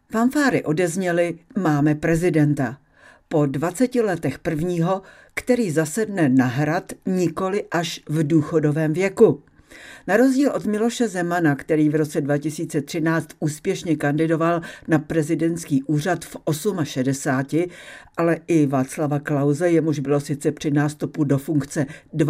Fanfáry odezněly, máme prezidenta. Po 20 letech prvního, který zasedne na hrad nikoli až v důchodovém věku. Na rozdíl od Miloše Zemana, který v roce 2013 úspěšně kandidoval na prezidentský úřad v 68, ale i Václava Klause, jemuž bylo sice při nástupu do funkce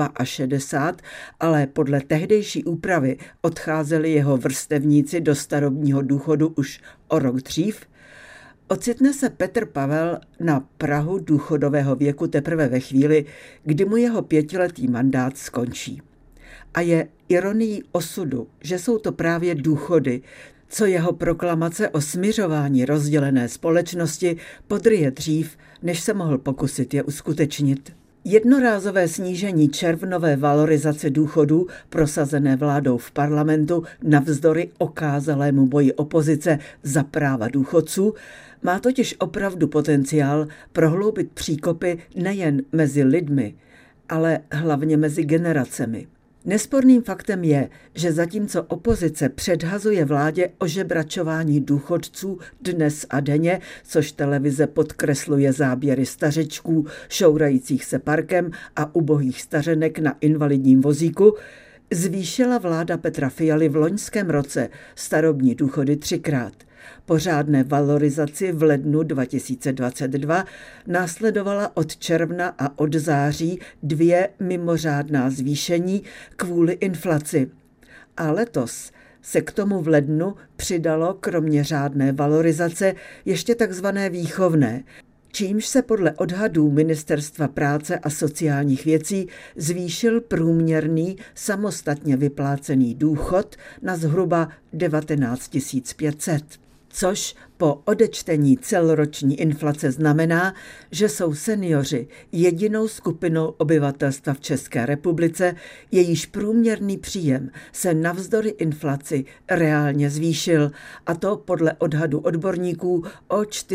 62, ale podle tehdejší úpravy odcházeli jeho vrstevníci do starobního důchodu už o rok dřív, ocitne se Petr Pavel na prahu důchodového věku teprve ve chvíli, kdy mu jeho 5letý mandát skončí. A je ironií osudu, že jsou to právě důchody, co jeho proklamace o smiřování rozdělené společnosti podryje dřív, než se mohl pokusit je uskutečnit. Jednorázové snížení červnové valorizace důchodů prosazené vládou v parlamentu navzdory okázalému boji opozice za práva důchodců má totiž opravdu potenciál prohloubit příkopy nejen mezi lidmi, ale hlavně mezi generacemi. Nesporným faktem je, že zatímco opozice předhazuje vládě ožebračování důchodců dnes a denně, což televize podkresluje záběry stařečků šourajících se parkem a ubohých stařenek na invalidním vozíku, zvýšila vláda Petra Fialy v loňském roce starobní důchody 3krát. Po řádné valorizaci v lednu 2022 následovala od června a od září 2 mimořádná zvýšení kvůli inflaci. A letos se k tomu v lednu přidalo kromě řádné valorizace ještě takzvané výchovné, čímž se podle odhadů Ministerstva práce a sociálních věcí zvýšil průměrný samostatně vyplácený důchod na zhruba 19 500. Což po odečtení celoroční inflace znamená, že jsou senioři jedinou skupinou obyvatelstva v České republice, jejíž průměrný příjem se navzdory inflaci reálně zvýšil, a to podle odhadu odborníků o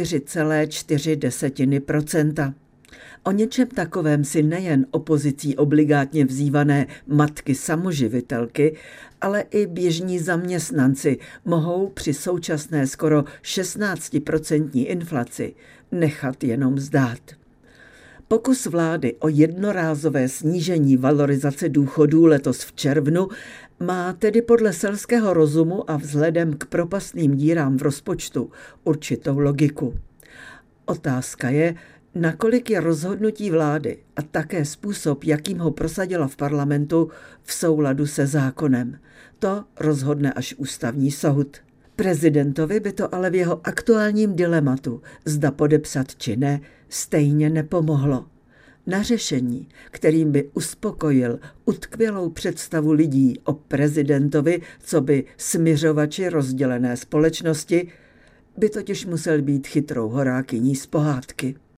4,4%. O něčem takovém si nejen opozicí obligátně vzývané matky samoživitelky, ale i běžní zaměstnanci mohou při současné skoro 16% inflaci nechat jenom zdát. Pokus vlády o jednorázové snížení valorizace důchodů letos v červnu má tedy podle selského rozumu a vzhledem k propastným dírám v rozpočtu určitou logiku. Otázka je, nakolik je rozhodnutí vlády a také způsob, jakým ho prosadila v parlamentu, v souladu se zákonem. To rozhodne až ústavní soud. Prezidentovi by to ale v jeho aktuálním dilematu, zda podepsat či ne, stejně nepomohlo. Na řešení, kterým by uspokojil utkvělou představu lidí o prezidentovi, co by smiřovači rozdělené společnosti, by totiž musel být chytrou horákyní z pohádky.